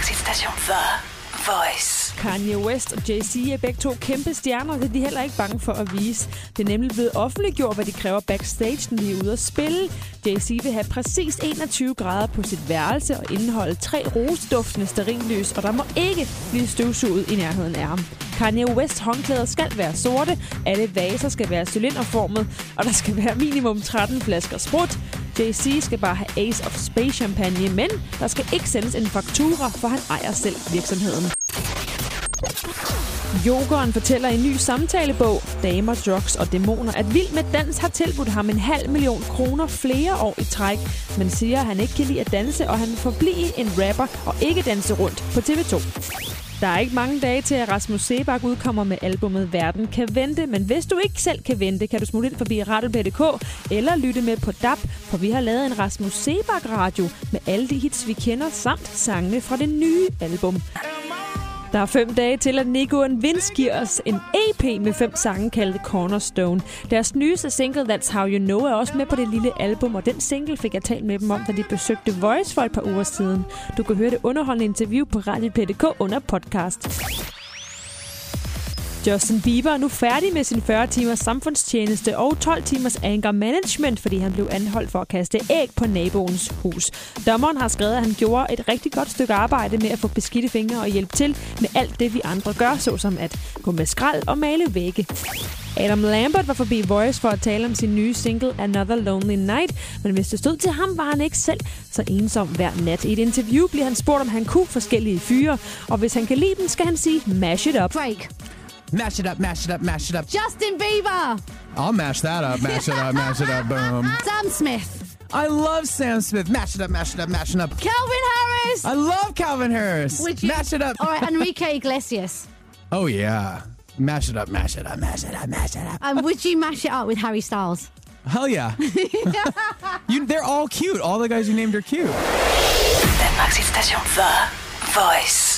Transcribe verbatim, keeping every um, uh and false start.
Danmarks station The Voice. Kanye West og Jay-Z er begge to kæmpe stjerner, og det er de heller ikke bange for at vise. Det er nemlig blevet offentliggjort, hvad de kræver backstage, når de er ude at spille. Jay-Z vil have præcis enogtyve grader på sit værelse og indeholde tre roseduftende stearinlys, og der må ikke blive støvsuget i nærheden af ham. Kanye West håndklæder skal være sorte, alle vaser skal være cylinderformet, og der skal være minimum tretten flasker sprut. Jay-Z skal bare have Ace of Space champagne, men der skal ikke sendes en faktura, for han ejer selv virksomheden. Jokeren fortæller i en ny samtalebog, Damer, Drugs og Dæmoner, at Vild med Dans har tilbudt ham en halv million kroner flere år i træk, men siger, at han ikke kan lide at danse, og han vil forblive en rapper og ikke danse rundt på T V to. Der er ikke mange dage til, at Rasmus Seebach udkommer med albumet Verden kan vente, men hvis du ikke selv kan vente, kan du smutte ind forbi radio punktum d k eller lytte med på D A B, for vi har lavet en Rasmus Seebach-radio med alle de hits, vi kender, samt sangene fra det nye album. Der er fem dage til, at Nico and Vince giver os en E P med fem sange kaldet Cornerstone. Deres nyeste single, That's How You Know, er også med på det lille album, og den single fik jeg talt med dem om, da de besøgte Voice for et par uger siden. Du kan høre det underholdende interview på radio punktum d k under podcast. Justin Bieber er nu færdig med sin fyrre timers samfundstjeneste og tolv timers anger management, fordi han blev anholdt for at kaste æg på naboens hus. Dommeren har skrevet, at han gjorde et rigtig godt stykke arbejde med at få beskidte fingre og hjælpe til med alt det, vi andre gør, såsom at gå med skrald og male vægge. Adam Lambert var forbi Voice for at tale om sin nye single Another Lonely Night, men hvis det stod til ham, var han ikke selv så ensom hver nat. I et interview bliver han spurgt, om han kunne forskellige fyre, og hvis han kan lide dem, skal han sige mash it up. Drake. Mash it up, mash it up, mash it up. Justin Bieber. I'll mash that up, mash it up, mash it up, boom. Sam Smith. I love Sam Smith. Mash it up, mash it up, mash it up. Calvin Harris. I love Calvin Harris. Would you... Mash it up. All right, Enrique Iglesias. Oh, yeah. Mash it up, mash it up, mash it up, mash it up. And would you mash it up with Harry Styles? Hell yeah. you, they're all cute. All the guys you named are cute. Danmarks station The Voice.